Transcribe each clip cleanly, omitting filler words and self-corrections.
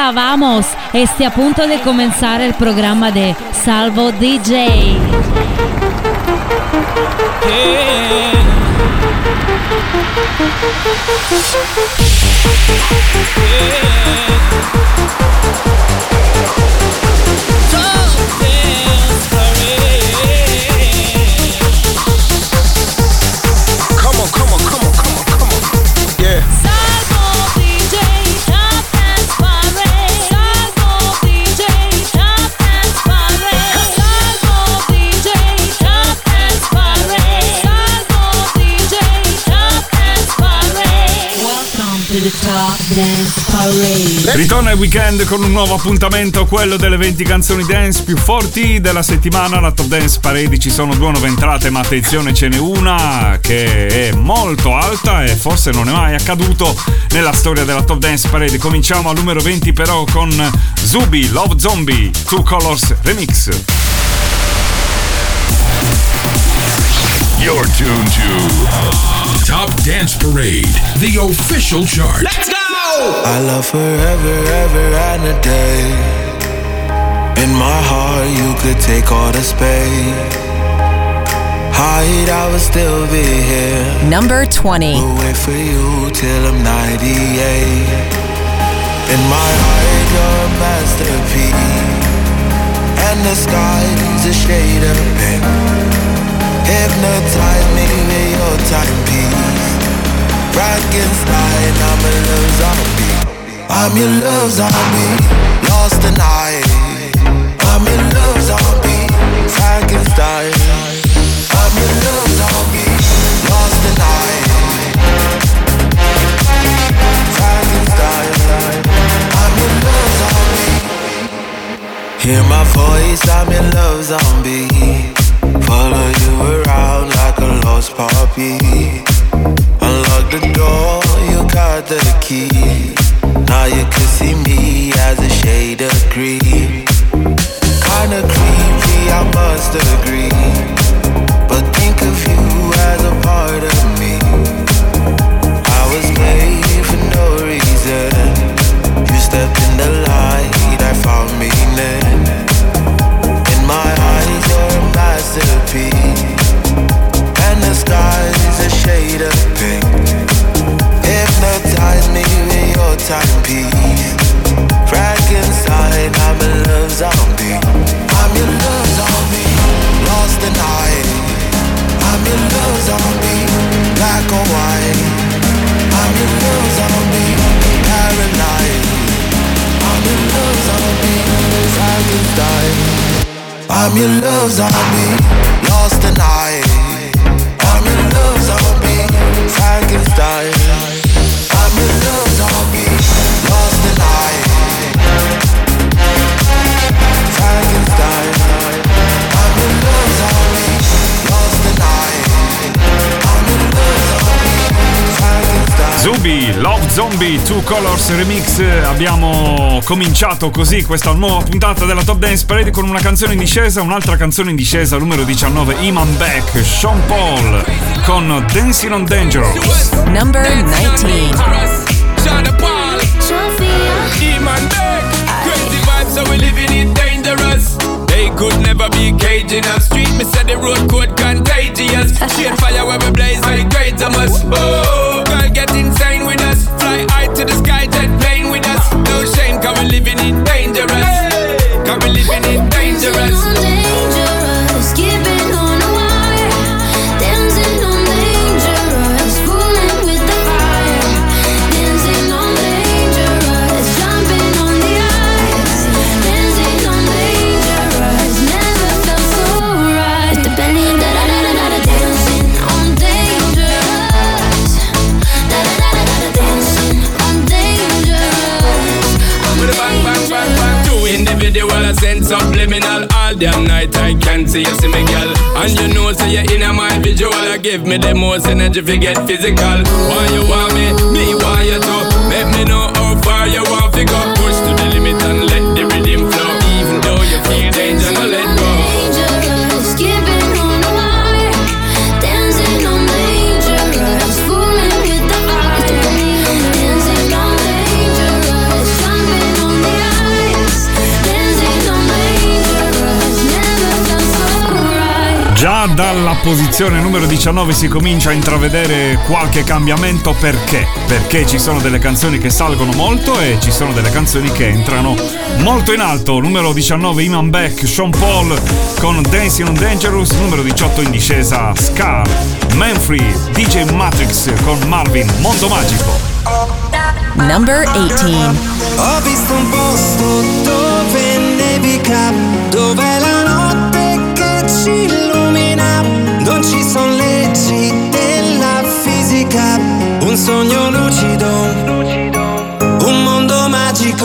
Hola, vamos. Esté a punto de comenzar el programa de Salvo DJ. Ritorna il weekend con un nuovo appuntamento, quello delle 20 canzoni dance più forti della settimana. La Top Dance Parade ci sono 2 nuove entrate, ma attenzione, ce n'è una che è molto alta e forse non è mai accaduto nella storia della Top Dance Parade. Cominciamo al numero 20 però con Zubi, Love Zombie, Two Colors Remix. You're tuned to Top Dance Parade, the official chart. Let's go! I love forever, ever and a day. In my heart you could take all the space. Hide, I will still be here. Number 20. We'll wait for you till I'm 98. In my heart you're a masterpiece, and the sky's a shade of pink. Hypnotize me with your timepiece. Frankenstein, I'm a love zombie. I'm your love zombie. Lost tonight. I'm your love zombie. Frankenstein. I'm your love zombie. Lost tonight. Frankenstein. I'm your love zombie. Hear my voice, I'm your love zombie. Follow you around like a lost puppy. Unlock the door, you got the key. Now you can see me as a shade of green. Kinda creepy, I must agree, but think of you as a part of me. I was made for no reason. You stepped in the light, I found meaning. In my eyes, you're a masterpiece, and the sky is a shade of pink. Hypnotize me with your timepiece. Frankenstein, I'm a love zombie. I'm your love zombie. Lost the night. I'm your love zombie. Black or white. I'm your love zombie. Paralyzed. I'm your love zombie. Frankenstein. I'm your love zombie. Lost the night. I'm your love zombie. Frankenstein. I'm your love zombie. Lost the night. Frankenstein. I'm your love zombie. Lost the night. I'm your love zombie. Frankenstein. Zubi, Love Zombie, Two Colors Remix. Abbiamo cominciato così questa nuova puntata della Top Dance Parade con una canzone in discesa, un'altra canzone in discesa, numero 19, Iman Beck, Sean Paul con Dancing on Dangerous. Number 19. Sean Paul, Iman Beck, crazy vibes, so we living it dangerous. They could never be caging us. Street, me said the road code contagious. Straight fire where we blaze like great us. Oh, girl get insane with us. Fly high to the sky, jet plane with us. No shame, cause we living it dangerous. Cause we living it dangerous. Dangerous, keeping on a wire. Dancing on dangerous, fooling with the fire. Dancing on dangerous, jumping on the ice. Dancing on dangerous, never felt so right. With the belly, da da da da da, dancing on dangerous. Da da da da da, dancing on dangerous. With a bang bang bang bang. Two individual, I send subliminal. All damn night I can't see you, see me girl. And you know say you're in my visual. I give me the most energy to get physical. Why you want me want you to. Let me know how far you want to go. Push to the limit and let the rhythm flow. Even though you feel danger, no let go. Dangerous, keeping on a wire. Dancing on dangerous, fooling with the fire. Dancing on dangerous, jumping on the Già dalla posizione numero 19 si comincia a intravedere qualche cambiamento. Perché? Perché ci sono delle canzoni che salgono molto e ci sono delle canzoni che entrano molto in alto. Numero 19 Iman Beck, Sean Paul con Dancing on Dangerous. Numero 18 in discesa Scar, Manfree, DJ Matrix con Marvin, Mondo Magico. Number 18. Ho visto un posto dove nevica, dove la notte che ci illumina, non ci sono leggi della fisica, un sogno lucido, un mondo magico.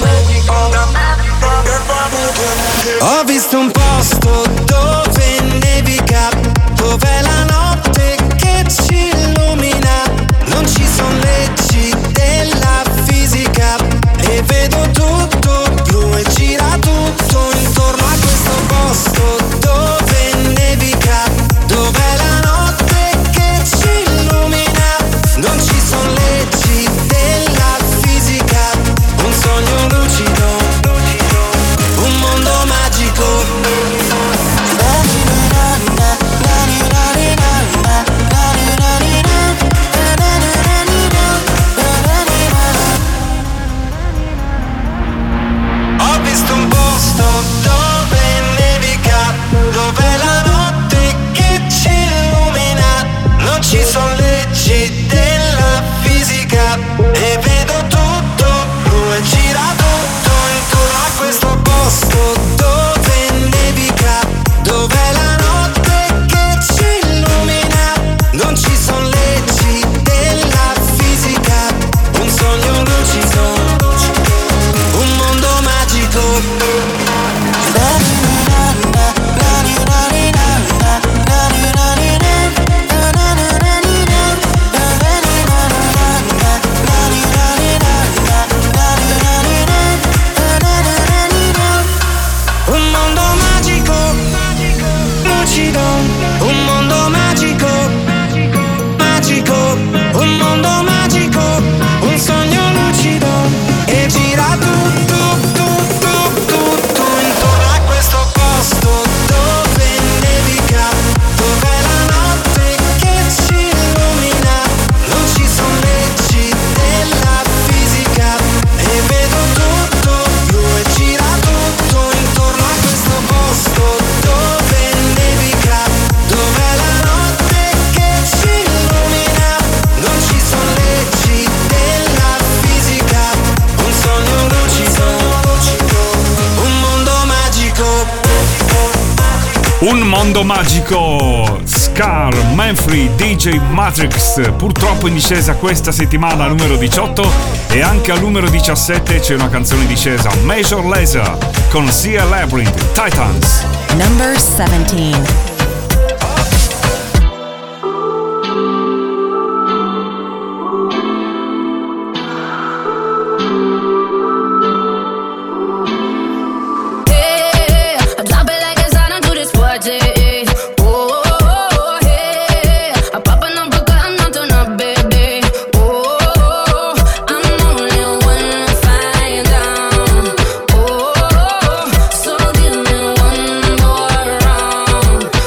Ho visto un posto dove nevica, dove la notte che ci illumina, non ci sono leggi della fisica e vedo tutto blu e gira tutto intorno a questo posto dove nevica, dove la notte che ci illumina, non ci sono leggi della fisica, un sogno lucido, un mondo magico. Ho visto un posto dove nevica, dove la notte che ci illumina, non ci sono leggi della fisica e vedo tutto blu e gira tutto intorno a questo posto dove nevica, dove la notte che ci illumina, non ci sono leggi della fisica, un sogno lucido, un mondo magico. Un mondo magico, lucido, un mondo magico, magico, un mondo magico, un sogno lucido e gira tutto, tutto, tutto intorno a questo posto dove nevica, dove la notte che ci illumina, non ci sono leggi della fisica e vedo tutto blu e gira tutto intorno a questo posto dove nevica, dove la notte che ci illumina, non ci sono leggi della fisica, un sogno lucido, un mondo magico. Un mondo magico. Scar, Manfree, DJ Matrix. Purtroppo in discesa questa settimana numero 18 e anche al numero 17 c'è una canzone in discesa, Major Lazer con Sia Labyrinth, Titans. Number 17. So give me one more round.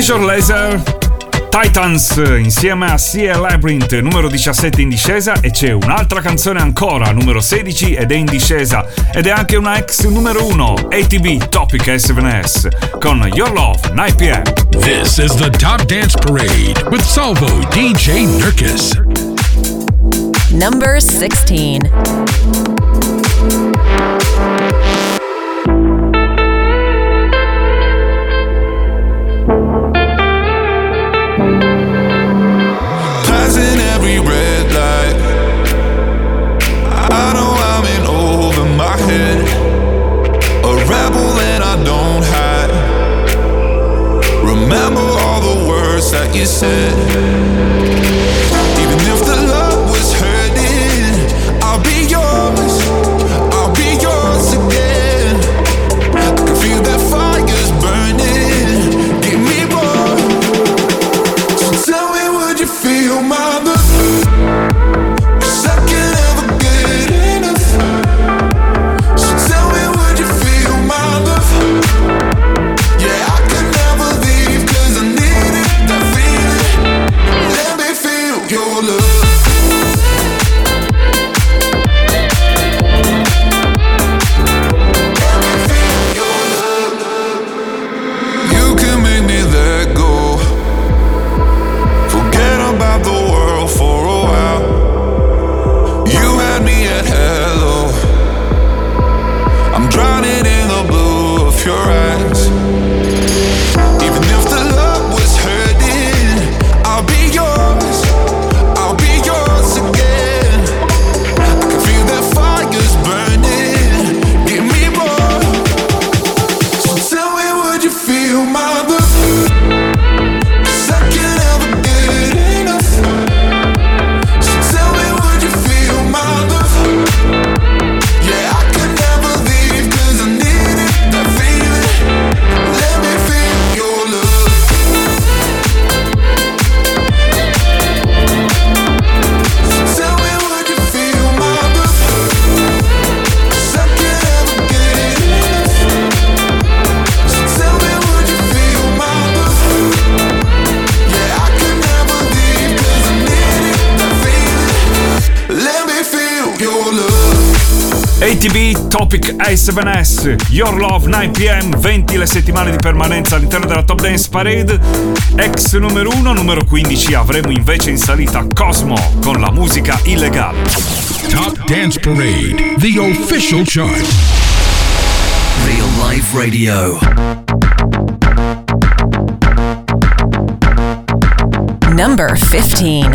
Major Lazer, Titans insieme a Sea Labyrinth, numero 17 in discesa, e c'è un'altra canzone ancora, numero 16, ed è in discesa, ed è anche una ex numero 1, ATB Topic A7S, con Your Love, 9 PM. This is the Top Dance Parade with Salvo DJ Nurkis. Number 16. Passing every red light, I know I'm in over my head, a rebel and I don't hide. Remember all the words that you said. Even if the love was hurting, I'll be yours, I'll be yours again. I can feel that fire's burning, give me more. So tell me, would you feel my love? 'Cause I can't ever get enough. So tell me, would you feel my love? Yeah, I can never leave 'cause I need it, that feeling. Let me feel your love. You can make me let go, forget about the world for a while. You had me at hello, I'm drowning in the blue of your eyes. Even if the love was hurting, I'll be yours, I'll be yours again. I can feel that fire's burning, give me more. So tell me, would you feel my love? 'Cause I can't ever get enough. So tell me, would you feel my love? Yeah, I can never leave 'cause I need it, that feeling. Let me feel your love. So tell me, would you feel my love? 'Cause I can't ever get enough. So tell me, would you feel my love? Yeah, I can never leave 'cause I need it, that feeling. Let me feel your love. ATB Topic A7S, Your Love 9 PM, 20 le settimane di permanenza all'interno della Top Dance Parade. Ex numero 1, numero 15 avremo invece in salita Cosmo con la musica illegale. Top Dance Parade, the official chart. Real Life Radio. Number 15.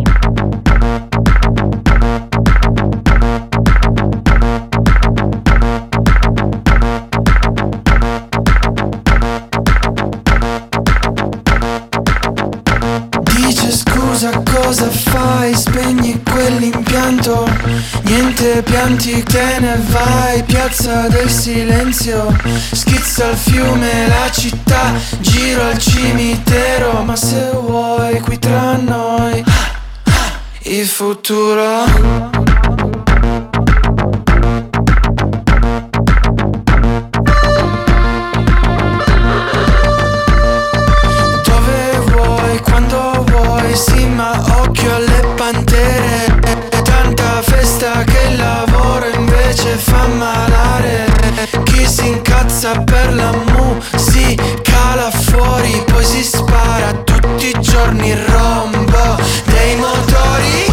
Dice scusa, cosa fai? Spegni quell'impianto. Niente pianti, te ne vai. Piazza del Silenzio. Schizza il fiume, la città. Giro al cimitero. Ma se vuoi qui tra noi il futuro. Sì, ma occhio alle pantere. Tanta festa che il lavoro invece fa malare. Chi si incazza per la musica là fuori, poi si spara tutti i giorni il rombo dei motori.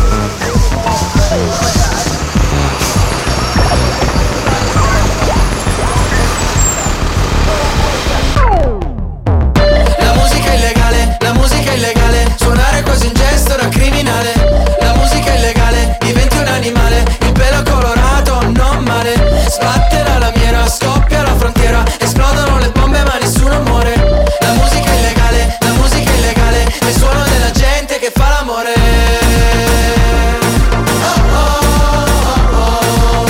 La musica illegale, la musica illegale. Suonare quasi un gesto da criminale. La musica illegale, diventi un animale. Il pelo colorato, non male. Sbatte la lamiera, scoppia la frontiera. Esplodono le bombe ma nessuno muore. La musica illegale, è il suono della gente che fa l'amore. Oh, oh, oh, oh, oh,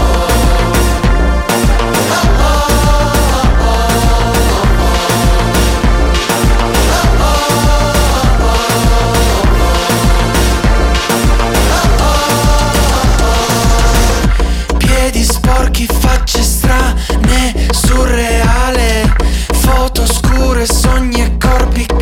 piedi sporchi, facce strane, surreale. Foto scure, sogni e corpi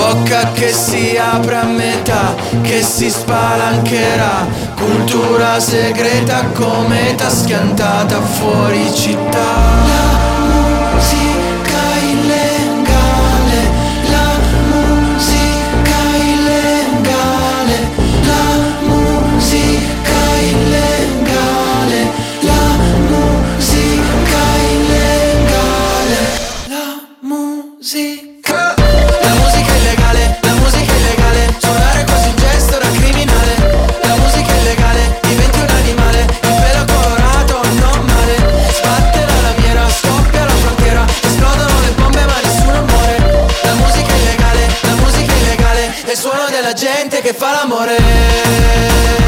bocca che si apre a metà, che si spalancherà, cultura segreta come schiantata fuori città. La musica illegale, la musica illegale, la musica illegale, la musica illegale, la musica. La musica illegale, la musica illegale, suonare quasi un gesto da criminale. La musica illegale, diventi un animale, il pelo colorato non male. Sbatte la lamiera, scoppia la frontiera, esplodono le bombe ma nessuno muore. La musica illegale, è il suono della gente che fa l'amore.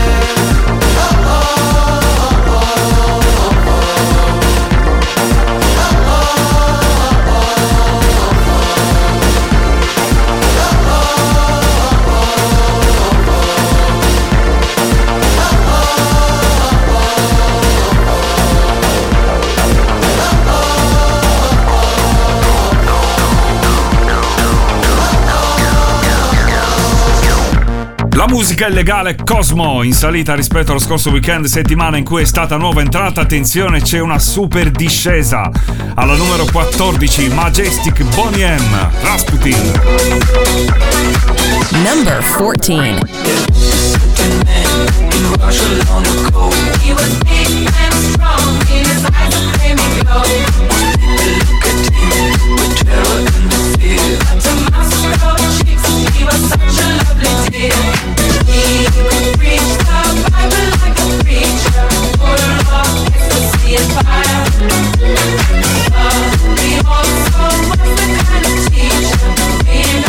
La musica illegale Cosmo in salita rispetto allo scorso weekend, settimana in cui è stata nuova entrata. Attenzione, c'è una super discesa. Alla numero 14 Majestic Boney M, Rasputin. Number 14. He was such a lovely dear. He could preach the Bible like a preacher, full of ecstasy and fire. He also was the kind of teacher being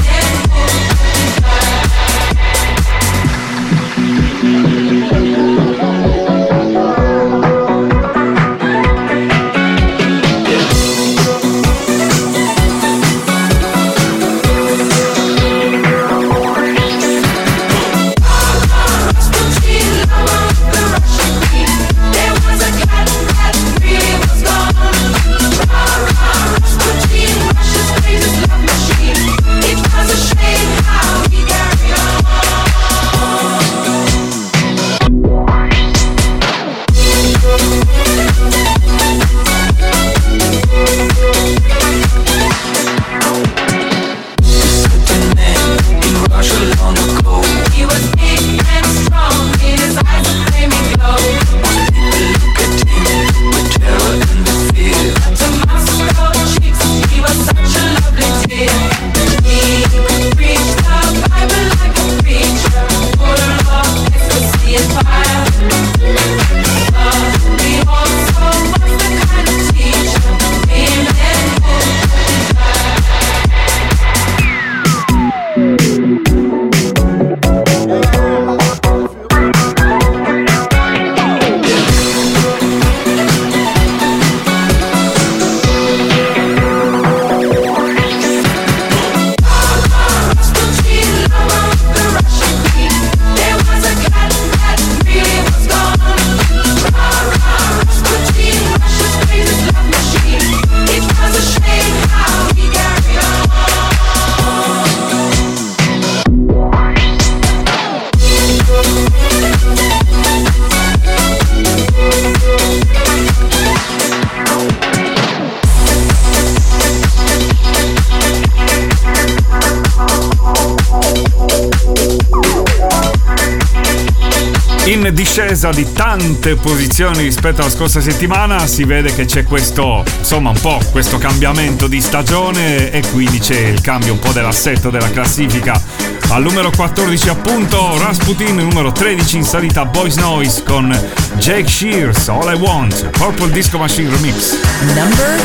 In discesa di tante posizioni rispetto alla scorsa settimana, si vede che c'è questo, insomma, un po' questo cambiamento di stagione e quindi c'è il cambio un po' dell'assetto della classifica. Al numero 14 appunto Rasputin, numero 13 in salita Boys Noise con Jake Shears, All I Want, Purple Disco Machine Remix. Number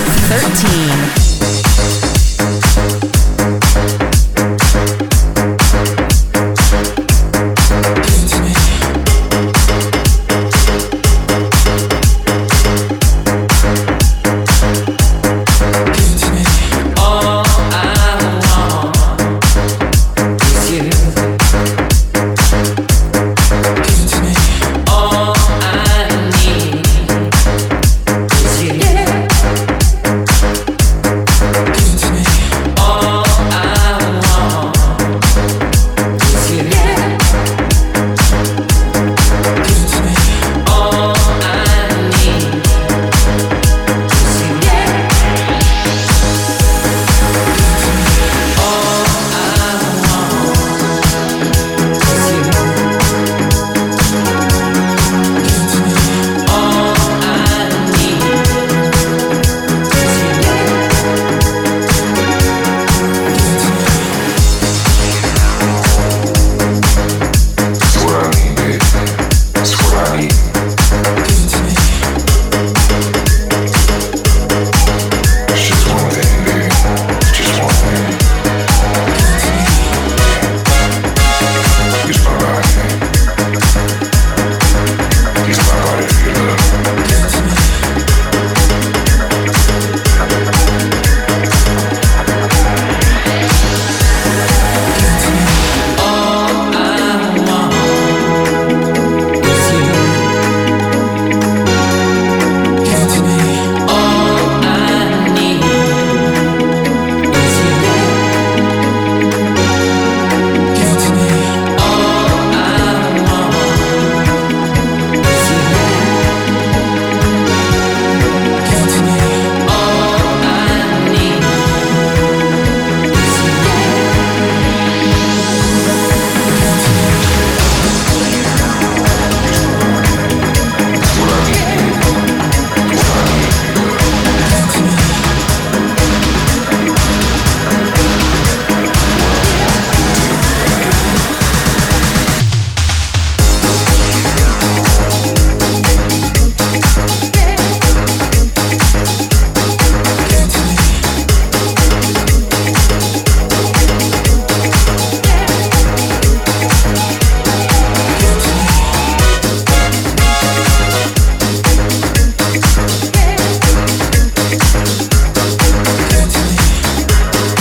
13.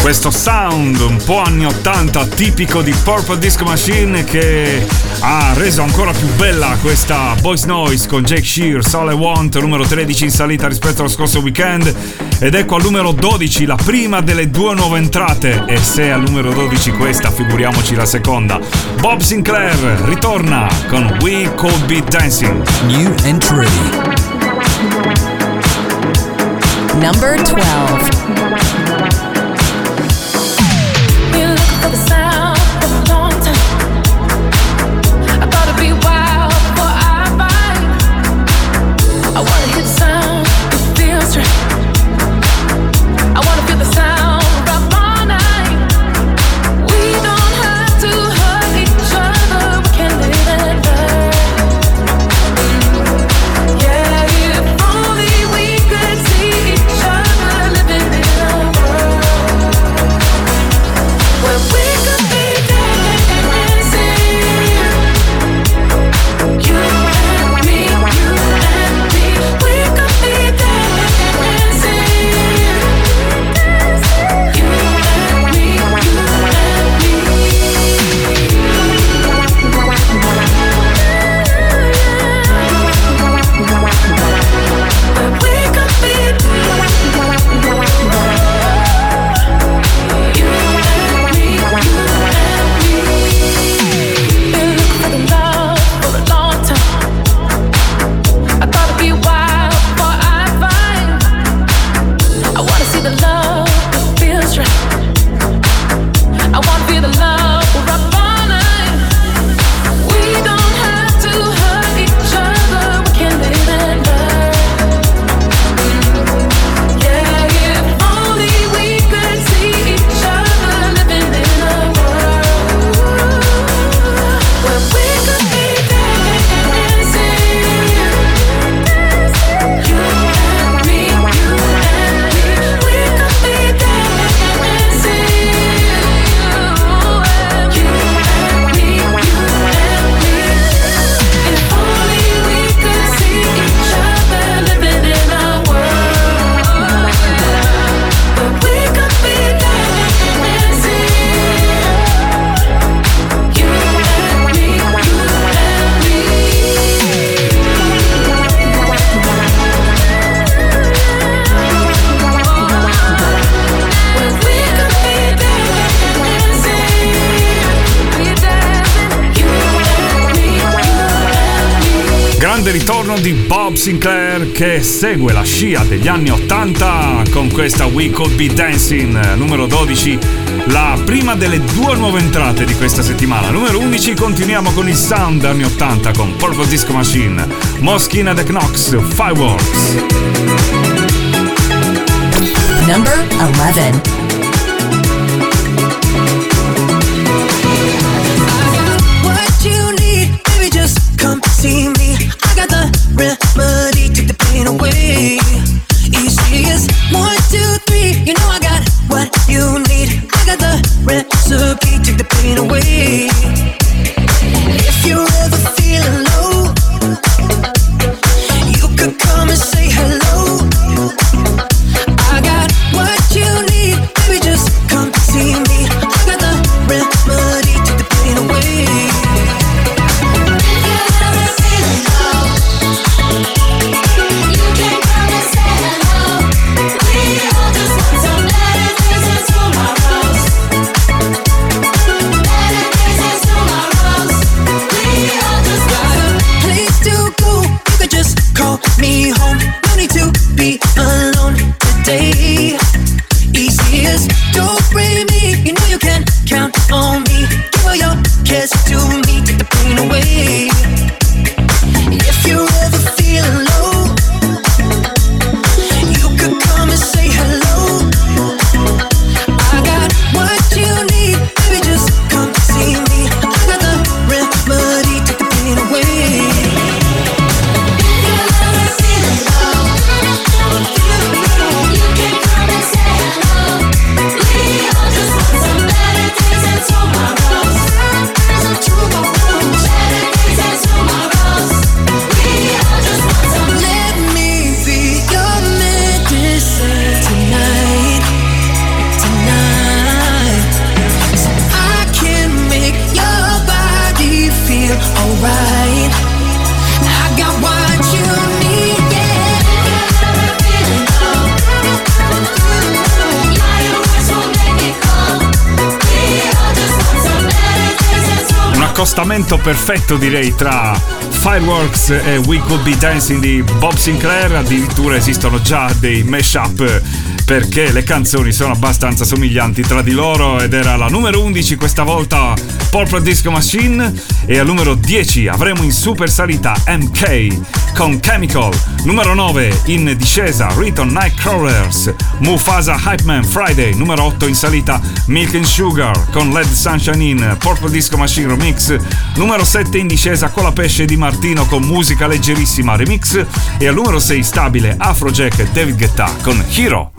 Questo sound un po' anni 80 tipico di Purple Disco Machine che ha reso ancora più bella questa Boys Noise con Jake Shears, All I Want, numero 13 in salita rispetto allo scorso weekend, ed ecco al numero 12 la prima delle due nuove entrate, e se al numero 12 questa, figuriamoci la seconda. Bob Sinclair ritorna con We Could Be Dancing. New entry. Number 12. For the sound for a long time. I thought it'd be wild before I find. I wanna hear the sound, it feels right. I wanna feel the sound of all night. We don't have to hurt each other, we can live and learn. Yeah, if only we could see each other living in a world where we could be dancing. You and me, we could be dancing. You and me, Ritorno di Bob Sinclair che segue la scia degli anni 80 con questa We Could Be Dancing, numero 12, la prima delle due nuove entrate di questa settimana. Numero 11 continuiamo con il sound anni 80 con Purple Disco Machine, Moschino and the Knox, Fireworks. Number 11. Come see me, I got the remedy, take the pain away. Easy as 1, 2, 3, you know I got what you need. I got the recipe, take the pain away. If you're ever feeling low, you could come and say hello. I got what you need, baby, just come see me. I got the remedy, take the pain away. Better days is accostamento perfetto, direi, tra Fireworks e We Could Be Dancing di Bob Sinclair. Addirittura esistono già dei mashup perché le canzoni sono abbastanza somiglianti tra di loro. Ed era la numero 11 questa volta Purple Disco Machine, e al numero 10 avremo in super salita MK con Chemical. Numero 9 in discesa Riton Nightcrawlers, Mufasa Hypeman Friday. Numero 8 in salita Milk and Sugar con Led Sunshine in Purple Disco Machine Remix. Numero 7 in discesa Colapesce di Martino con Musica Leggerissima Remix, e al numero 6 stabile Afrojack e David Guetta con Hero.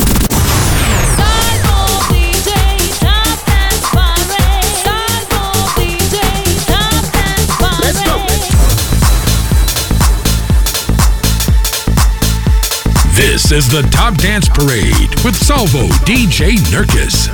This is the Top Dance Parade with Salvo DJ Nurkis.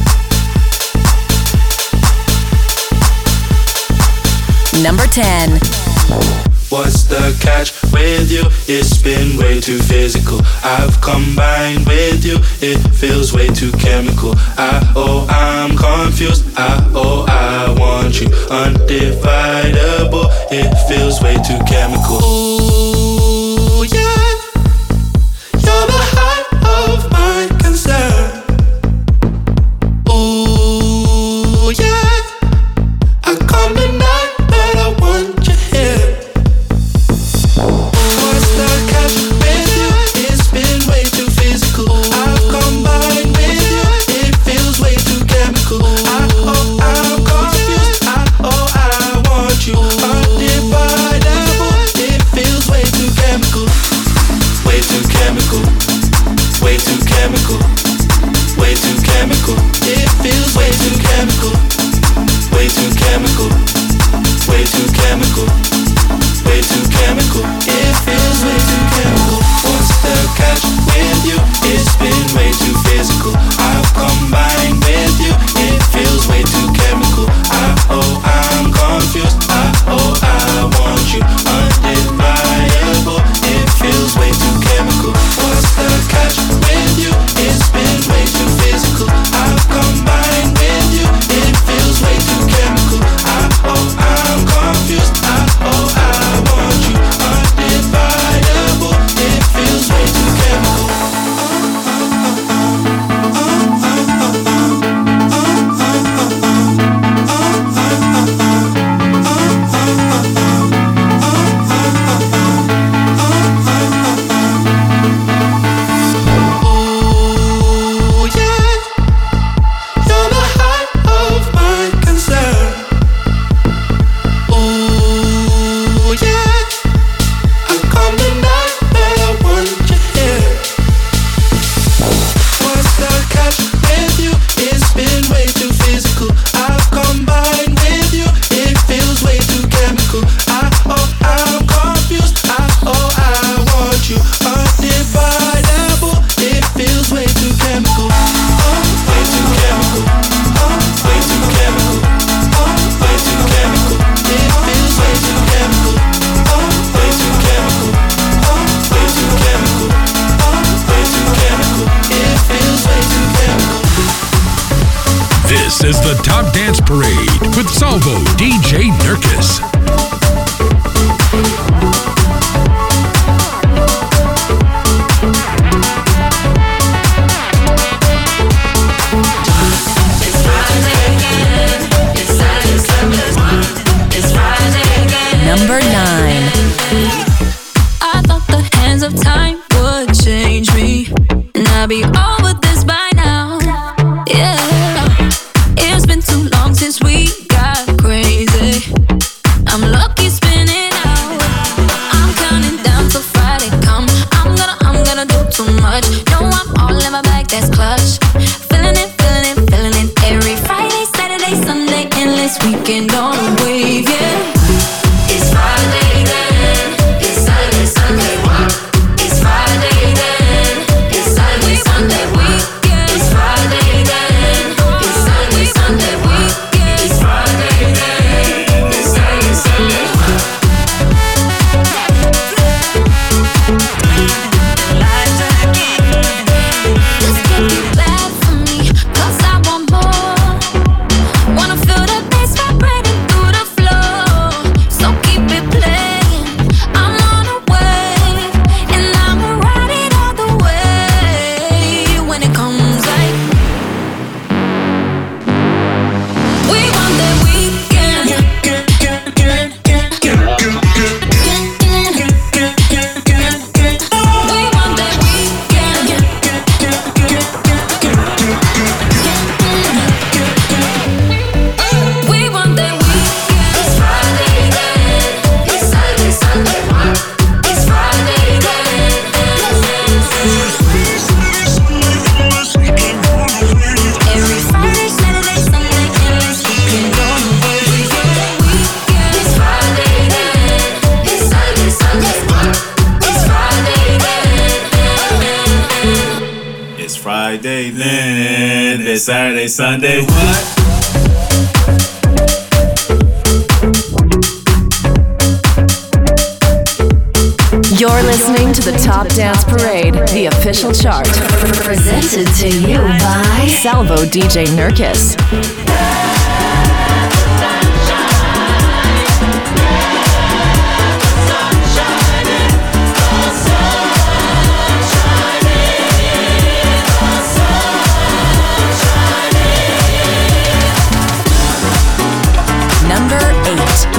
Number 10. What's the catch with you? It's been way too physical. I've combined with you, it feels way too chemical. I'm confused. I want you undividable. It feels way too chemical. Ooh, yeah. You're the height of my concern. Ooh, yeah. I come tonight, but I want you here. What's the catch with you? It's been way too physical. I've combined with you, it feels way too chemical. I'm confused. I want you undividable. It feels way too chemical. Way too chemical. Way too chemical. Way too chemical. It feels way too chemical. Way too chemical. Way too chemical. Way too chemical. It feels way too chemical. What's the catch with you? It's been way too physical. I've combined with you. It feels way too chemical. I'm confused. I want you undeniable. It feels way too chemical. What's the catch with you? It's been way too physical. I've combined with you. It feels way too chemical. I'm confused. I want you undividable. It feels way too chemical. Ooh, yeah. You're the height of my concern. Ooh, yeah. I come tonight, but I want you here. What's the catch with you? It's been way too physical. I've combined with you. It feels way too chemical. I'm confused. I want you undividable. It feels way too chemical. Way too chemical. Way too chemical. Way too chemical. It feels way too chemical. Way too chemical. Way too chemical. Way too chemical. It feels way too chemical. This is the Top Dance Parade with Salvo DJ Nurkis. Number 9. I thought the hands of time would change me, and I'd be over this by now. Yeah, it's been too long since we got crazy. I'm lucky spinning out. I'm counting down till Friday come. I'm gonna do too much. No, I'm all in my bag, that's clutch. Feeling it, feeling it, feeling it. Every Friday, Saturday, Sunday, endless weekend on a wave, yeah. It's Friday then, it's Saturday, Sunday, what? It's Friday then, it's Saturday, Sunday, weekend. It's Friday then, it's Saturday, Sunday, weekend. It's Friday then, it's Saturday, Sunday, what? Just get you back for me, 'cause I want more. Wanna feel the bass vibrating through Friday, Saturday, Sunday, what? You're listening to the Top Dance Parade, the official chart. Presented to you by Salvo DJ Nurkis. Number 8.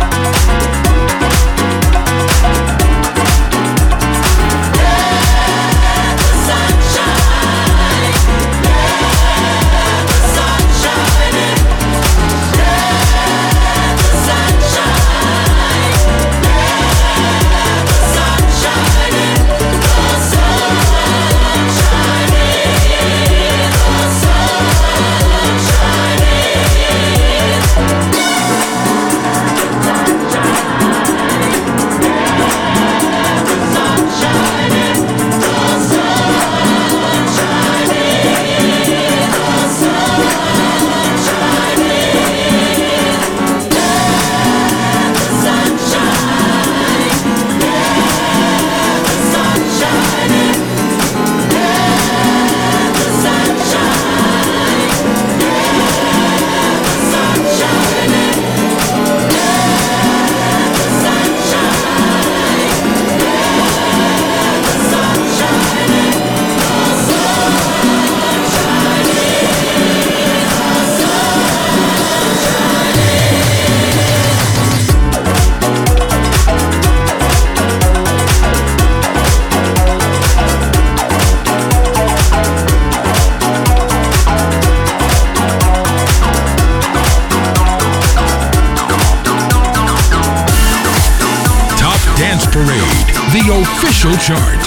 The official chart.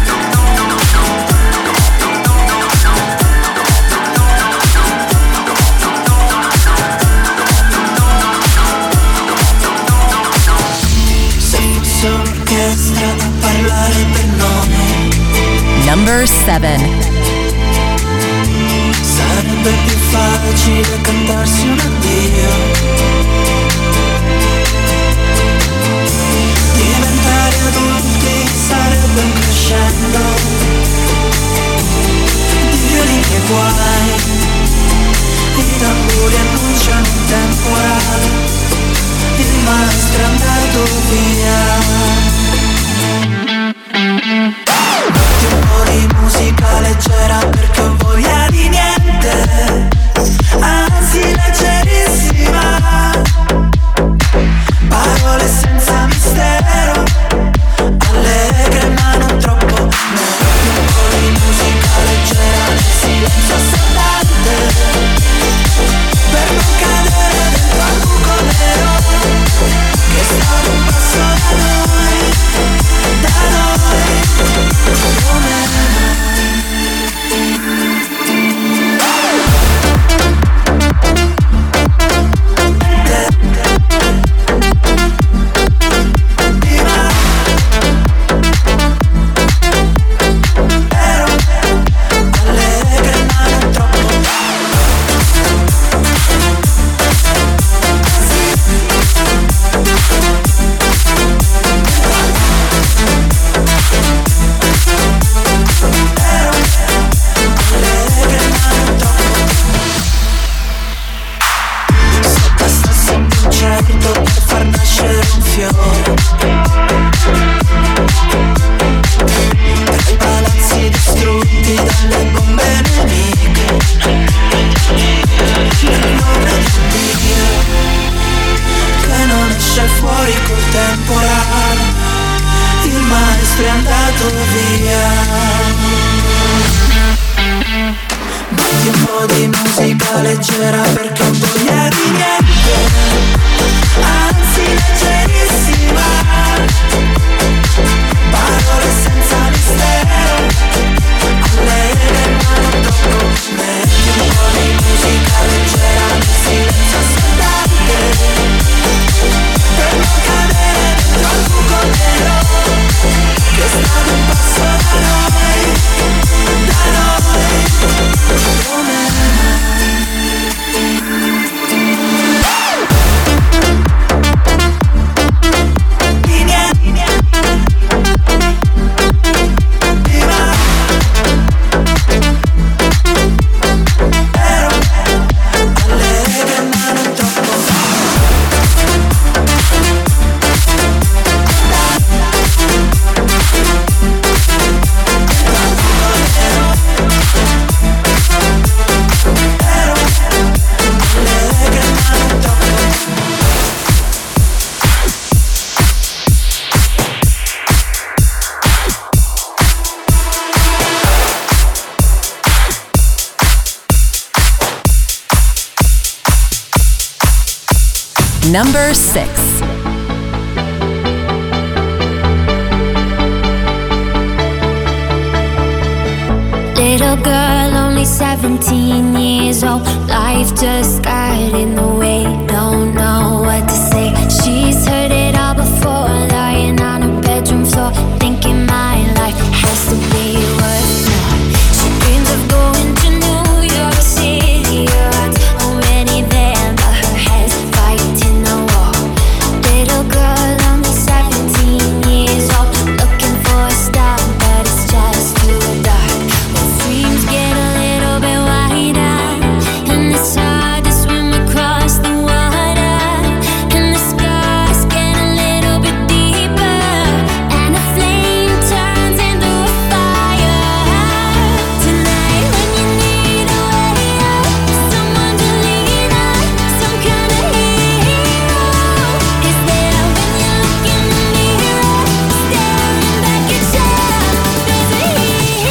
Number 7. Sarebbe più facile cantarsi un addio, diventare adulti sarebbe un crescendo di violini e guai, i tamburi annunciano un temporale, il maestro è andato via. Metti un po' di musica leggera perché ho voglia di niente, anzi leggerissima, parole senza mistero, allegre ma non troppo. Metti un po' di musica leggera nel silenzio assordante, per non cadere dentro al buco nero che è stato un passo da noi, come leggera perché ho voglia di niente, anzi leggerissima, parole senza mistero, allegre ma non troppo. Metti un po' di musica leggera nel silenzio assordante, per non cadere dentro al buco nero che è stato un passo da noi, come Number 6. Little girl, only 17 years old. Life just got in the way. Don't know what to say. She's heard it all before, lying on her bedroom floor, thinking my life has to be worth more. She dreams of going to New York City. Her heart's already there, but her head's fighting the war. Little girl, only 17 years old, looking for a star, but it's just too dark. Dreams get a little bit wider, and it's hard to swim across the water, and the scars get a little bit deeper, and the flame turns into a fire. Tonight when you need a way out, someone to lean on, some kind of hero is there when you look in the mirror, staring back at you. There's a hero with you.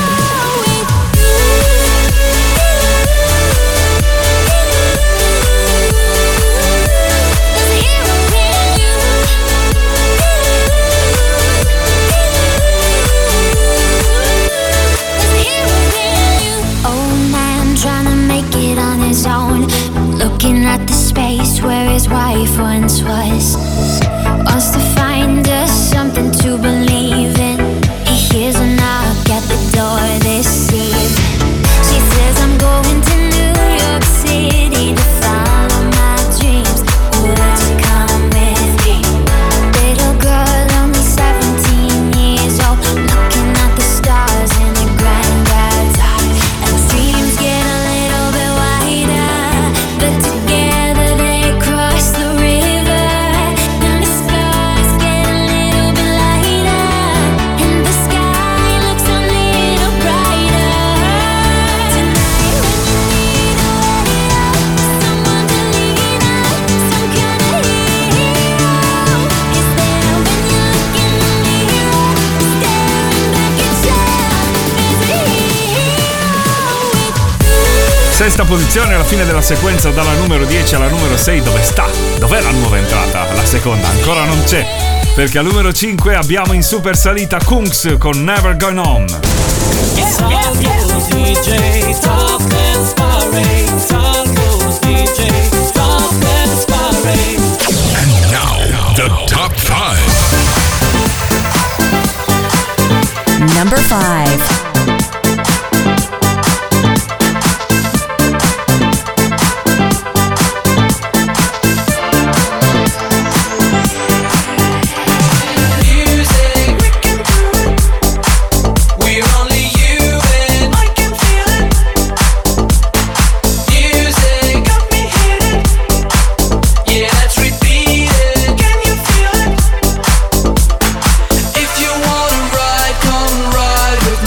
Old man trying to make it on his own, looking at the space where his wife once was. Wants to find us something to believe in. He hears a knock at the door this evening. She says, I'm going to New York City to follow my dreams. Would you come with me? Little girl, only 17 years old, looking at the stars in the granddad's eyes. And dreams get a little bit wider, but together they cross the river. And the scars get a little bit lighter, and the sky looks a little brighter. Tonight when you need a way out, someone to lean on, some kind of hero is there when you look in the mirror, staring back at you. There's a hero with you. Sesta posizione alla fine della sequenza dalla numero 10 alla numero 6. Dove sta? Dov'è la nuova entrata? La seconda ancora non c'è, perché al numero 5 abbiamo in super salita Kungs con Never Gone Home. And now, the top 5. Number 5. If you wanna ride, come ride with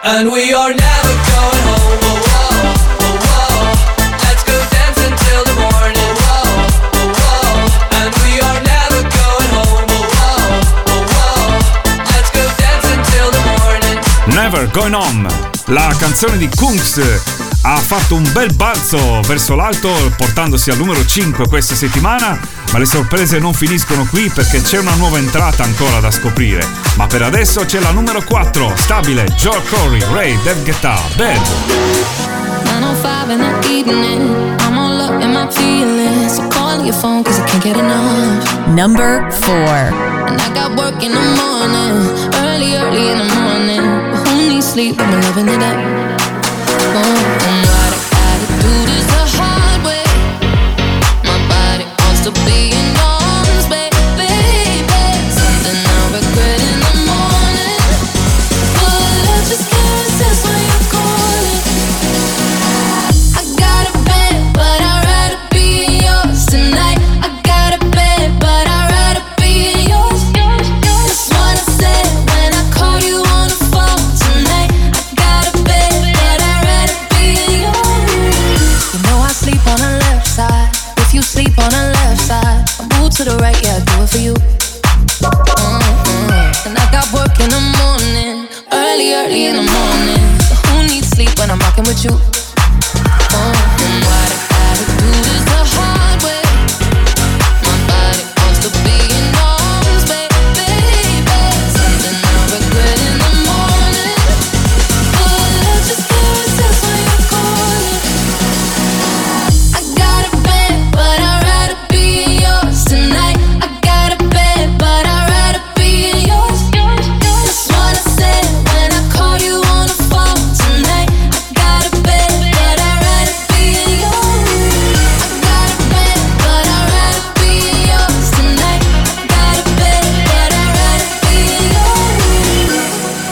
And we are never going home. Oh, oh, oh, oh. Let's go dance until the morning. Oh, oh, oh. And we are never going home. Oh, oh, oh. Let's go dance until the morning. Never Going Home. La canzone di Kungs ha fatto un bel balzo verso l'alto, portandosi al numero 5 questa settimana, ma le sorprese non finiscono qui perché c'è una nuova entrata ancora da scoprire. Ma per adesso c'è la numero 4, stabile, Joel Corry, Ray, David Guetta, Bad. 9:05 in the evening, I'm all up in my feelings, so calling your phone cause I can't get enough. Number 4. And I got work in the morning, early in the morning, but who needs sleep when we're loving it up? Oh, and what I gotta do this the hard way. My body wants to be in arms, baby. Something I regret in the morning, but I just can't resist when you're calling. I got a bed, but I'd rather be yours tonight. I got a bed, but I'd rather be yours. That's what I said when I called you on the phone tonight. I got a bed, but I'd rather be yours. You know I sleep on the left side. If you sleep on the left side, I move to the right, yeah, I do it for you. And I got work in the morning, early in the morning. So who needs sleep when I'm rocking with you? And what I gotta do this the hard way. My body wants to be in arms, baby. Something I regret in the morning, but I just can't resist when you're calling. I got a bed, but I'd rather be yours tonight. I got a bed, but I'd rather be yours. That's what I said when I called you on the phone tonight. I got a bed, but I'd rather be yours. I got a bed, but I'd rather be yours tonight. I got a bed, but I'd rather be yours.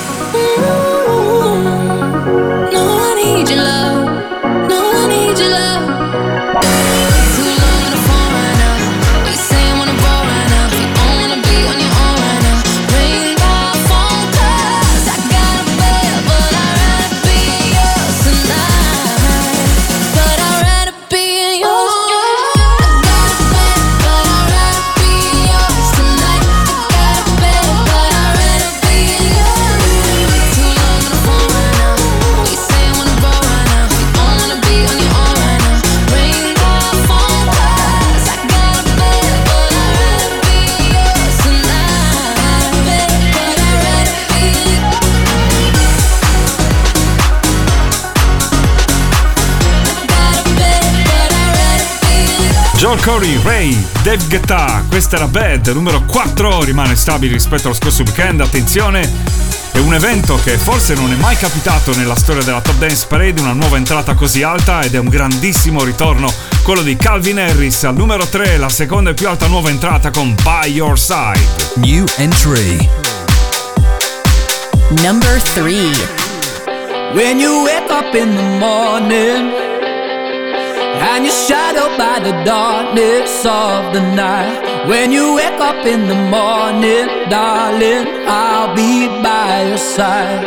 No, I need your love. No, I need your love. Too long on the phone right now. What you say I wanna roll right now? You don't wanna be on your own right now. Ring my phone 'cause I got a bed, but I'd rather be yours tonight. But I'd rather be yours. I got a bed, but I'd rather be yours tonight. I got a bed, but I'd rather be yours. Too long on the phone right now. What you say I wanna roll right now? You don't wanna be on your own right now. Ring my phone 'cause I got a bed, but I'd rather be yours tonight. Bed, but I'd rather be yours. Got a bed, but I'd rather be yours. Joel Corry, Ray, David Guetta, questa era Bad, numero 4, rimane stabile rispetto allo scorso weekend. Attenzione, è un evento che forse non è mai capitato nella storia della Top Dance Parade, una nuova entrata così alta, ed è un grandissimo ritorno quello di Calvin Harris al numero 3, la seconda e più alta nuova entrata con By Your Side. New entry. Number 3. When you wake up in the morning and you're shadowed by the darkness of the night. When you wake up in the morning, darling, I'll be by your side.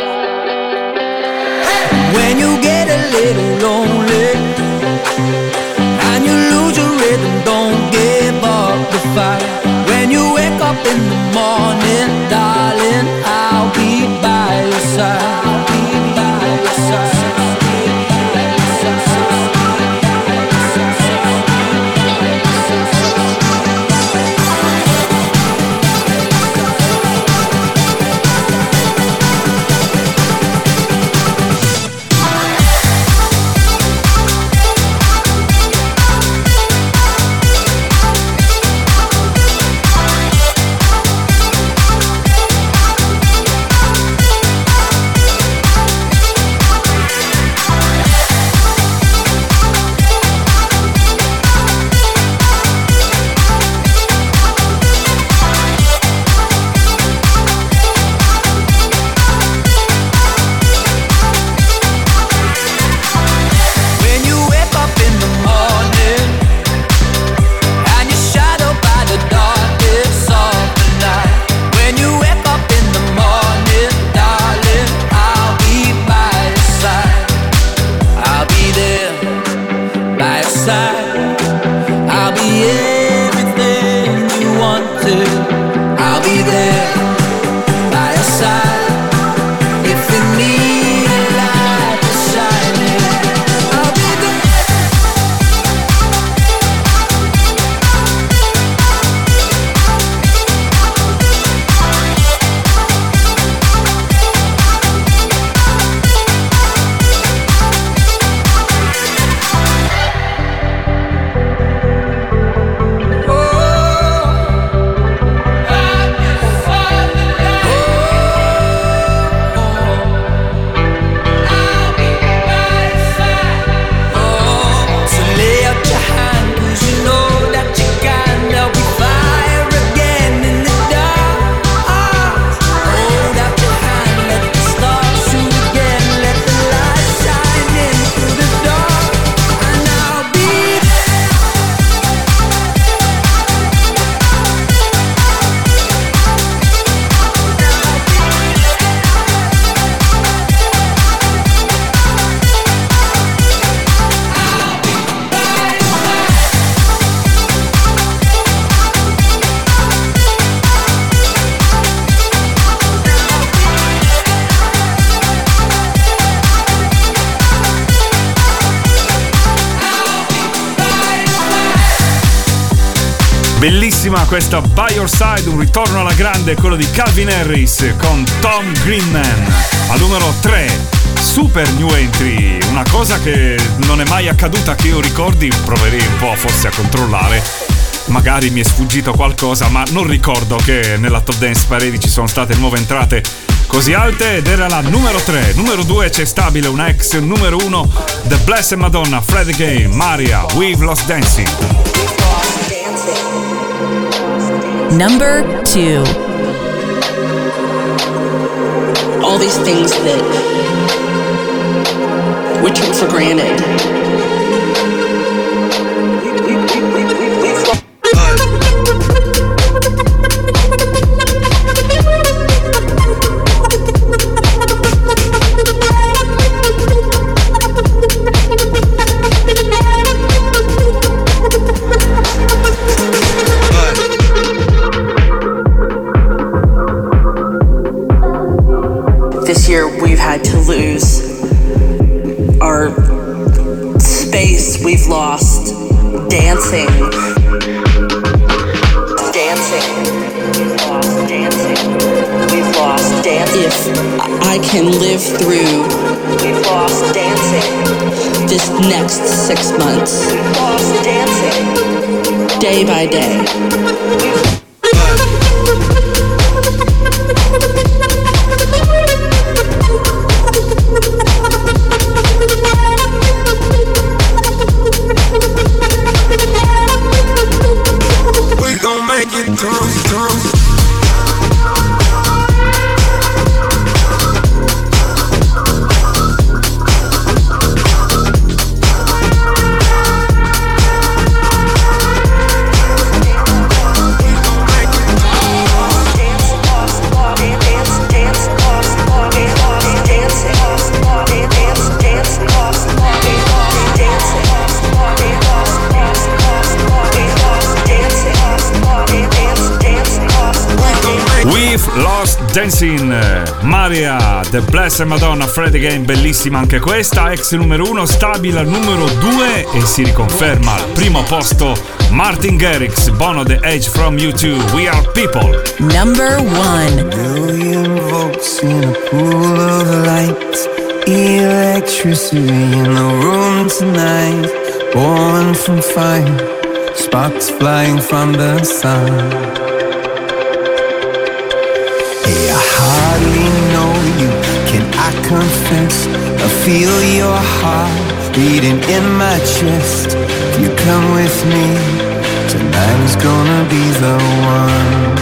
When you get a little lonely and you lose your rhythm, don't give up the fight. When you wake up in the morning, darling, I'll be by your side. I'll be by your side. Bellissima questa By Your Side, un ritorno alla grande, quello di Calvin Harris con Tom Greenman. Al numero 3, super new entry, una cosa che non è mai accaduta che io ricordi, proverei un po' forse a controllare, magari mi è sfuggito qualcosa, ma non ricordo che nella Top Dance Parade ci sono state nuove entrate così alte, ed era la numero 3. Numero 2 c'è stabile una ex numero 1, The Blessed Madonna, Fred Again, Maria, We've Lost Dancing. Number 2. All these things that we took for granted. This year we've had to lose our space, we've lost dancing. We've lost dancing. If I can live through we've lost dancing this next 6 months, we've lost dancing day by day. We gon' make it through. Lost Dancing, Maria, The Blessed Madonna, Fred Again, bellissima anche questa, ex numero 1, stabile al numero 2 e si riconferma al primo posto Martin Garrix, Bono, The Edge from U2, We Are People. Number 1. Million volts in a pool of light, electricity in the room tonight, born from fire, sparks flying from the sun. Hey, I hardly know you, can I confess? I feel your heart beating in my chest. If you come with me, tonight is gonna be the one.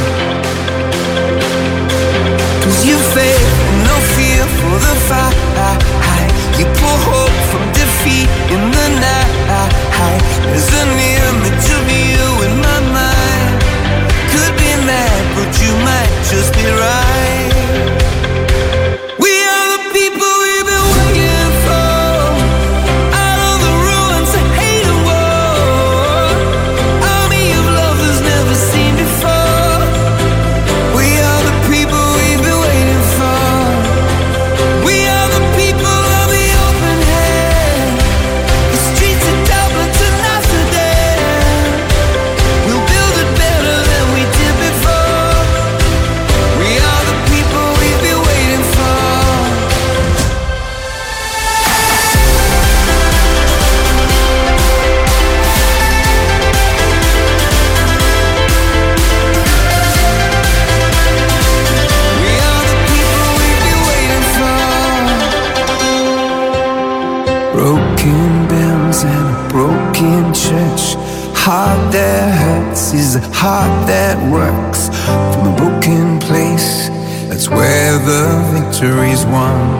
'Cause you faith and no fear for the fight. You pull hope from defeat in the night. There's an image of you in my mind. Could be mad, but you might just be right. We are the people we've been waiting for. Out of the ruins of hate and war, army of lovers never seen before. We are the people we've been waiting for. We are the people of the open hand. The streets of Dublin to Amsterdam. We'll build it better than we did before. We are the people we've been waiting for. We are the people we've been waiting for. Broken bells and a broken church. Heart that hurts is a heart that works. From a broken place, that's where the victory's won.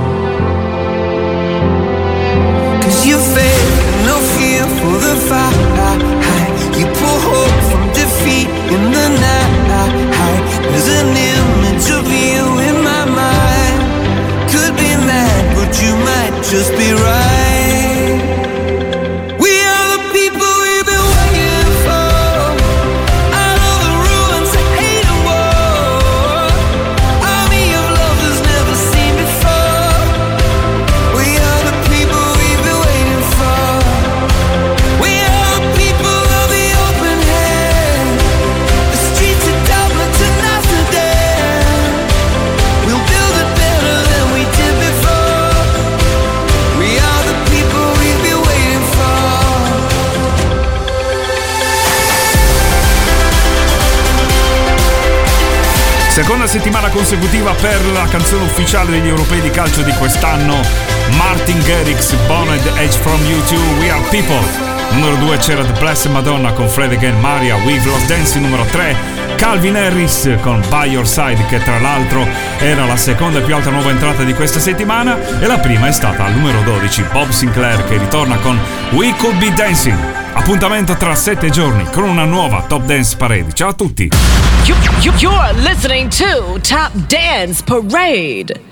'Cause you faith, no fear for the fight. You pull hope from defeat in the night. There's an image of you in my mind. Could be mad, but you might just be right. We are the people we've been waiting for. Out of the ruins of hate and war, army of lovers never seen before. We are the people we've been waiting for. We are the people of the open hand. Seconda settimana consecutiva per la canzone ufficiale degli europei di calcio di quest'anno, Martin Garrix, Boned Edge from U2, We Are People. Numero 2 c'era The Blessed Madonna con Fred Again, Maria, We've Lost Dancing. Numero 3 Calvin Harris con By Your Side, che tra l'altro era la seconda più alta nuova entrata di questa settimana, e la prima è stata al numero 12 Bob Sinclair, che ritorna con We Could Be Dancing. Appuntamento tra 7 giorni con una nuova Top Dance Parade. Ciao a tutti. You're listening to Top Dance Parade.